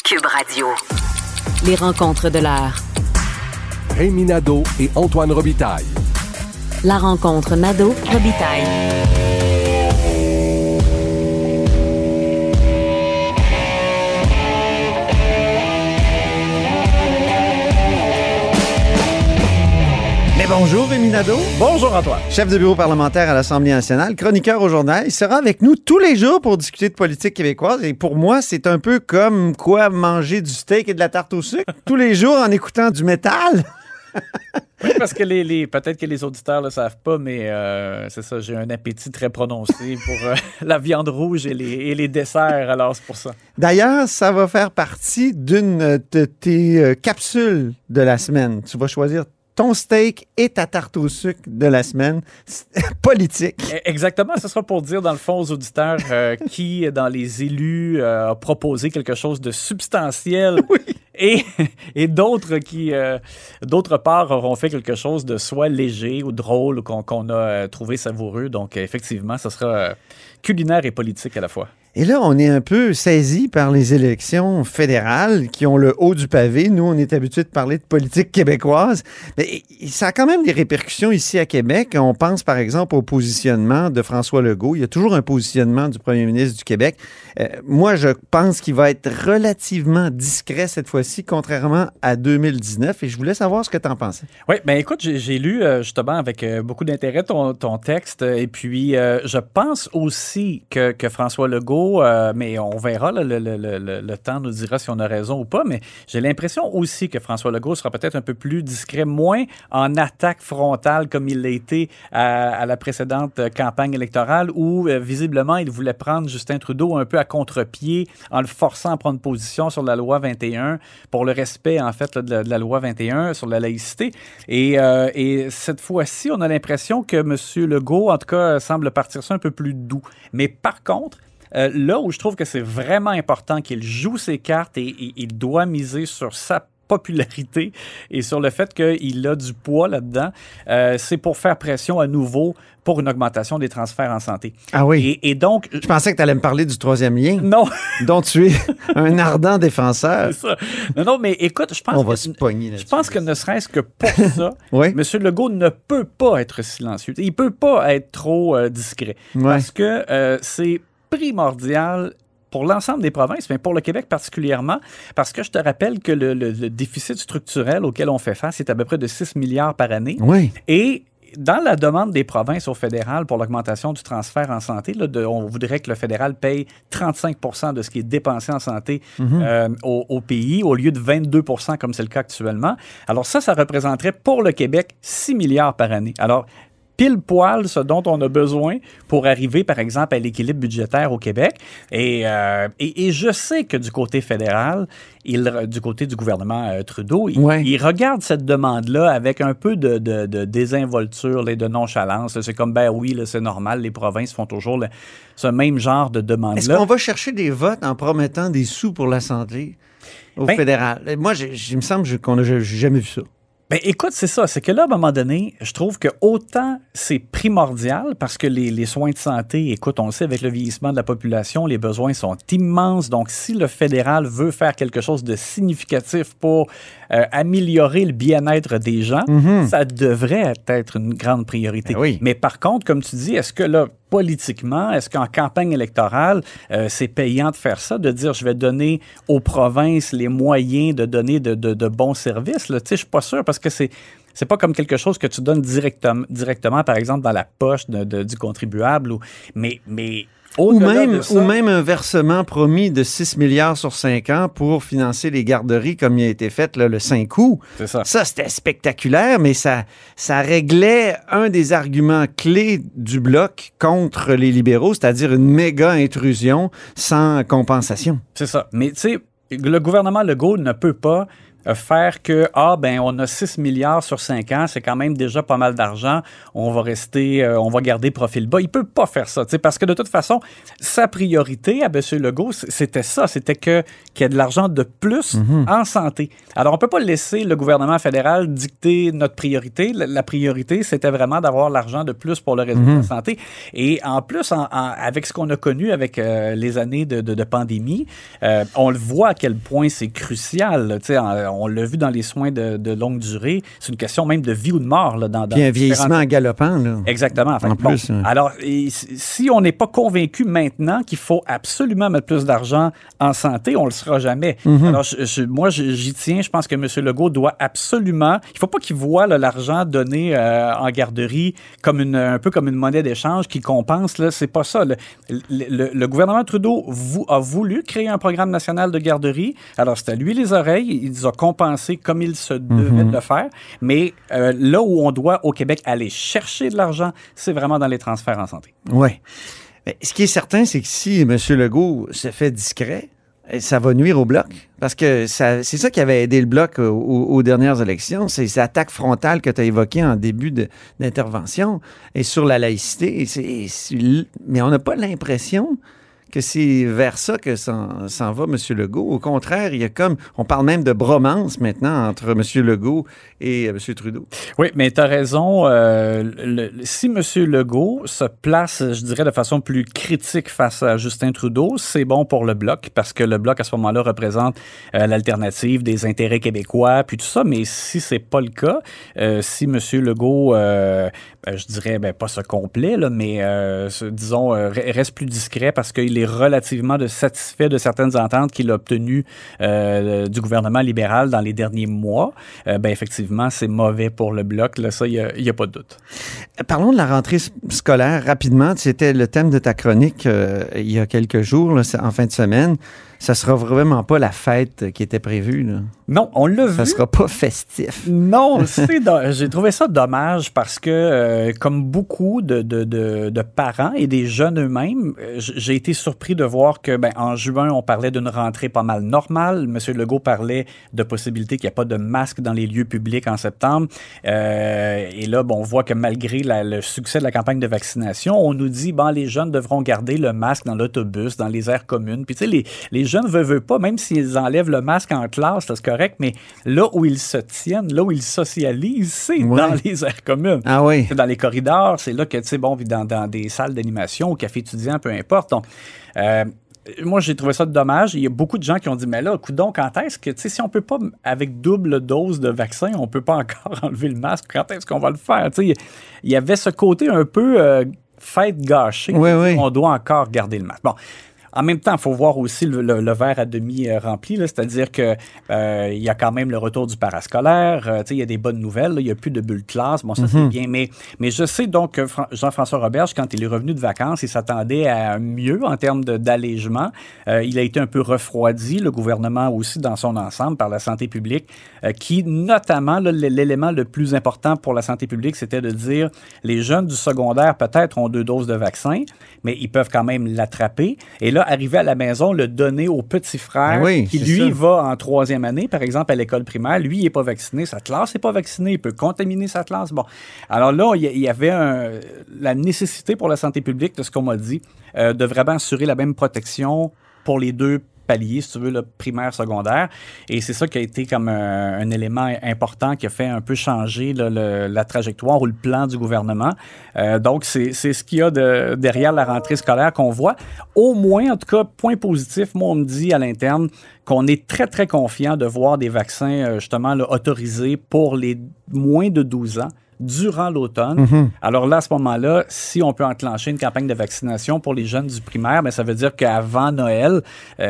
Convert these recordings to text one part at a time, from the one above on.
Cube Radio. Les rencontres de l'heure. Rémi Nadeau et Antoine Robitaille. La rencontre Nadeau-Robitaille. Mais bonjour Rémi Nadeau. Bonjour Antoine. Chef de bureau parlementaire à l'Assemblée nationale, chroniqueur au journal. Il sera avec nous tous les jours pour discuter de politique québécoise. Et pour moi, c'est un peu comme quoi manger du steak et de la tarte au sucre tous les jours en écoutant du métal. Oui, parce que peut-être que les auditeurs ne le savent pas, mais c'est ça, j'ai un appétit très prononcé pour la viande rouge et les desserts, alors c'est pour ça. D'ailleurs, ça va faire partie d'une de tes capsules de la semaine. Tu vas choisir ton steak et ta tarte au sucre de la semaine politique. Exactement, ce sera pour dire dans le fond aux auditeurs qui, dans les élus, a proposé quelque chose de substantiel. Oui. Et d'autres qui, d'autre part, auront fait quelque chose de soit léger ou drôle ou qu'on a trouvé savoureux. Donc, effectivement, ce sera culinaire et politique à la fois. Et là, on est un peu saisi par les élections fédérales qui ont le haut du pavé. Nous, on est habitués de parler de politique québécoise. Mais ça a quand même des répercussions ici à Québec. On pense, par exemple, au positionnement de François Legault. Il y a toujours un positionnement du premier ministre du Québec. Moi, je pense qu'il va être relativement discret cette fois-ci, contrairement à 2019. Et je voulais savoir ce que tu en pensais. Oui, bien écoute, j'ai lu justement avec beaucoup d'intérêt ton texte. Et puis, je pense aussi que François Legault, mais on verra, là, le temps nous dira si on a raison ou pas, mais j'ai l'impression aussi que François Legault sera peut-être un peu plus discret, moins en attaque frontale comme il l'a été à la précédente campagne électorale où, visiblement, il voulait prendre Justin Trudeau un peu à contre-pied en le forçant à prendre position sur la loi 21 pour le respect, en fait, de la loi 21 sur la laïcité. Et cette fois-ci, on a l'impression que M. Legault, en tout cas, semble partir ça un peu plus doux. Mais par contre, là où je trouve que c'est vraiment important qu'il joue ses cartes et il doit miser sur sa popularité et sur le fait qu'il a du poids là-dedans, c'est pour faire pression à nouveau pour une augmentation des transferts en santé. Ah oui. Et donc... Je pensais que tu allais me parler du troisième lien. Non. Dont tu es un ardent défenseur. C'est ça. Non, mais écoute, je pense on va se pogner là-dessus. Je pense que ne serait-ce que pour ça, oui. M. Legault ne peut pas être silencieux. Il ne peut pas être trop discret. Ouais. Parce que c'est primordial pour l'ensemble des provinces, mais pour le Québec particulièrement, parce que je te rappelle que le déficit structurel auquel on fait face est à peu près de 6 milliards par année. Oui. Et dans la demande des provinces au fédéral pour l'augmentation du transfert en santé, là, on voudrait que le fédéral paye 35 % de ce qui est dépensé en santé au pays, au lieu de 22 % comme c'est le cas actuellement. Alors ça représenterait pour le Québec 6 milliards par année. Alors, pile poil ce dont on a besoin pour arriver, par exemple, à l'équilibre budgétaire au Québec. Et je sais que du côté fédéral, du côté du gouvernement Trudeau, il regarde cette demande-là avec un peu de désinvolture et de nonchalance. C'est comme, ben oui, là, c'est normal, les provinces font toujours ce même genre de demande-là. Est-ce qu'on va chercher des votes en promettant des sous pour la santé au fédéral? Moi, il me semble qu'on n'a jamais vu ça. Ben écoute, c'est ça. C'est que là, à un moment donné, je trouve que autant c'est primordial parce que les soins de santé, écoute, on le sait, avec le vieillissement de la population, les besoins sont immenses. Donc, si le fédéral veut faire quelque chose de significatif pour améliorer le bien-être des gens, ça devrait être une grande priorité. Ben oui. Mais par contre, comme tu dis, est-ce que là, politiquement, est-ce qu'en campagne électorale, c'est payant de faire ça, de dire je vais donner aux provinces les moyens de donner de bons services? Là? Tu sais, je suis pas sûr parce que c'est pas comme quelque chose que tu donnes directement par exemple, dans la poche du contribuable. Mais ou même un versement promis de 6 milliards sur 5 ans pour financer les garderies comme il a été fait là, le 5 août. C'est ça. Ça, c'était spectaculaire, mais ça réglait un des arguments clés du Bloc contre les libéraux, c'est-à-dire une méga intrusion sans compensation. C'est ça. Mais tu sais, le gouvernement Legault ne peut pas faire que, on a 6 milliards sur 5 ans, c'est quand même déjà pas mal d'argent, on va garder profil bas. Il peut pas faire ça, parce que de toute façon, sa priorité à M. Legault, c'était ça, c'était qu'il y ait de l'argent de plus en santé. Alors, on peut pas laisser le gouvernement fédéral dicter notre priorité. La priorité, c'était vraiment d'avoir l'argent de plus pour le réseau de la santé. Et en plus, avec ce qu'on a connu avec les années de pandémie, on le voit à quel point c'est crucial. On l'a vu dans les soins de longue durée. C'est une question même de vie ou de mort. Puis un vieillissement galopant. Là. Exactement. En plus. Alors, si on n'est pas convaincu maintenant qu'il faut absolument mettre plus d'argent en santé, on ne le sera jamais. Alors, moi, j'y tiens. Je pense que M. Legault doit absolument... Il ne faut pas qu'il voie l'argent donné en garderie comme un peu comme une monnaie d'échange qui compense. Là, c'est pas ça. Le gouvernement Trudeau a voulu créer un programme national de garderie. Alors, c'est à lui les oreilles. Il a compensé comme il se devait de le faire. Mais là où on doit, au Québec, aller chercher de l'argent, c'est vraiment dans les transferts en santé. Oui. Ce qui est certain, c'est que si M. Legault se fait discret, ça va nuire au Bloc. Parce que c'est ça qui avait aidé le Bloc aux dernières élections. C'est cette attaque frontale que tu as évoquée en début d'intervention et sur la laïcité. Mais on n'a pas l'impression que c'est vers ça que s'en va M. Legault. Au contraire, il y a on parle même de bromance maintenant entre M. Legault et M. Trudeau. Oui, mais tu as raison. Si M. Legault se place, je dirais, de façon plus critique face à Justin Trudeau, c'est bon pour le Bloc, parce que le Bloc, à ce moment-là, représente l'alternative des intérêts québécois, puis tout ça. Mais si c'est pas le cas, si M. Legault, je dirais, pas ce complet, là, mais disons, reste plus discret parce qu'il est relativement satisfait de certaines ententes qu'il a obtenues du gouvernement libéral dans les derniers mois, effectivement, c'est mauvais pour le Bloc. Là, ça, il n'y a pas de doute. Parlons de la rentrée scolaire rapidement. C'était le thème de ta chronique il y a quelques jours, là, en fin de semaine. Ça sera vraiment pas la fête qui était prévue, là. Non, on l'a vu. Ça sera pas festif. Non, j'ai trouvé ça dommage parce que, comme beaucoup de parents et des jeunes eux-mêmes, j'ai été surpris de voir que, en juin, on parlait d'une rentrée pas mal normale. M. Legault parlait de possibilité qu'il n'y ait pas de masque dans les lieux publics en septembre. Et là, on voit que malgré le succès de la campagne de vaccination, on nous dit, les jeunes devront garder le masque dans l'autobus, dans les aires communes. Puis, tu sais, les jeunes veulent pas, même s'ils enlèvent le masque en classe, c'est correct, mais là où ils se tiennent, là où ils socialisent, c'est dans les aires communes. Ah oui. C'est dans les corridors, c'est là que, tu sais, dans des salles d'animation, au café étudiant, peu importe. Donc, moi, j'ai trouvé ça dommage. Il y a beaucoup de gens qui ont dit, mais là, coudonc, quand est-ce que, tu sais, si on peut pas, avec double dose de vaccin, on peut pas encore enlever le masque, quand est-ce qu'on va le faire? Tu sais, il y avait ce côté un peu fête gâchée. Oui, oui. On doit encore garder le masque. Bon. En même temps, il faut voir aussi le verre à demi rempli, là, c'est-à-dire que il y a quand même le retour du parascolaire, il y a des bonnes nouvelles, il n'y a plus de bulles de classe, bon, ça c'est bien, mais je sais donc que Jean-François Roberge, quand il est revenu de vacances, il s'attendait à mieux en termes d'allègement. Il a été un peu refroidi, le gouvernement aussi dans son ensemble, par la santé publique, qui notamment, là, l'élément le plus important pour la santé publique, c'était de dire les jeunes du secondaire peut-être ont 2 doses de vaccin, mais ils peuvent quand même l'attraper. Et là, arriver à la maison, le donner au petit frère qui, lui, va en 3e année, par exemple, à l'école primaire. Lui, il n'est pas vacciné. Sa classe n'est pas vaccinée. Il peut contaminer sa classe. Bon. Alors là, il y avait la nécessité pour la santé publique, de ce qu'on m'a dit, de vraiment assurer la même protection pour les 2 palier, si tu veux, le primaire, secondaire. Et c'est ça qui a été comme un élément important qui a fait un peu changer la trajectoire ou le plan du gouvernement. Donc, c'est ce qu'il y a derrière la rentrée scolaire qu'on voit. Au moins, en tout cas, point positif, moi, on me dit à l'interne qu'on est très, très confiant de voir des vaccins, justement, là, autorisés pour les moins de 12 ans durant l'automne. Alors là, à ce moment-là, si on peut enclencher une campagne de vaccination pour les jeunes du primaire, ça veut dire qu'avant Noël,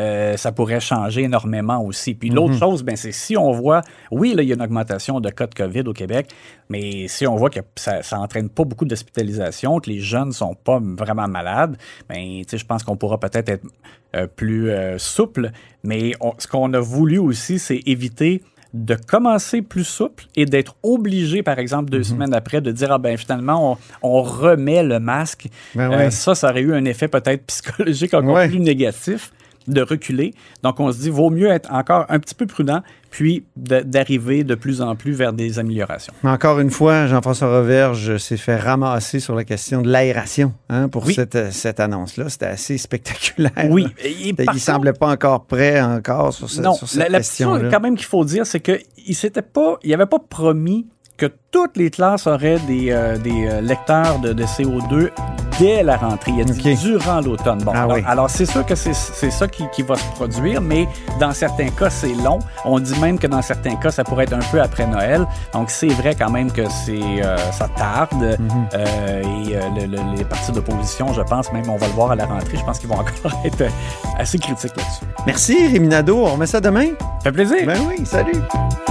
ça pourrait changer énormément aussi. Puis l'autre chose, c'est si on voit, oui, là, il y a une augmentation de cas de COVID au Québec, mais si on voit que ça n'entraîne pas beaucoup d'hospitalisation, que les jeunes ne sont pas vraiment malades, je pense qu'on pourra peut-être être plus souple. Mais ce qu'on a voulu aussi, c'est éviter de commencer plus souple et d'être obligé, par exemple, 2 semaines après, de dire, finalement, on remet le masque. Ça aurait eu un effet peut-être psychologique encore plus négatif. de reculer. Donc, on se dit, vaut mieux être encore un petit peu prudent, puis d'arriver de plus en plus vers des améliorations. Encore une fois, Jean-François Roverge s'est fait ramasser sur la question de l'aération pour cette annonce-là. C'était assez spectaculaire. Oui. Il ne semblait pas encore prêt sur cette question-là. La petite chose quand même qu'il faut dire, c'est qu'il n'avait pas promis que toutes les classes auraient des lecteurs de CO2 dès la rentrée. Il a dit durant l'automne. Bon, alors c'est sûr que c'est ça qui va se produire, mais dans certains cas, c'est long. On dit même que dans certains cas, ça pourrait être un peu après Noël. Donc, c'est vrai quand même que ça tarde. Les partis d'opposition, je pense, même on va le voir à la rentrée, je pense qu'ils vont encore être assez critiques là-dessus. Merci, Rémi Nadeau. On remet ça demain. Ça fait plaisir. Ben oui, salut.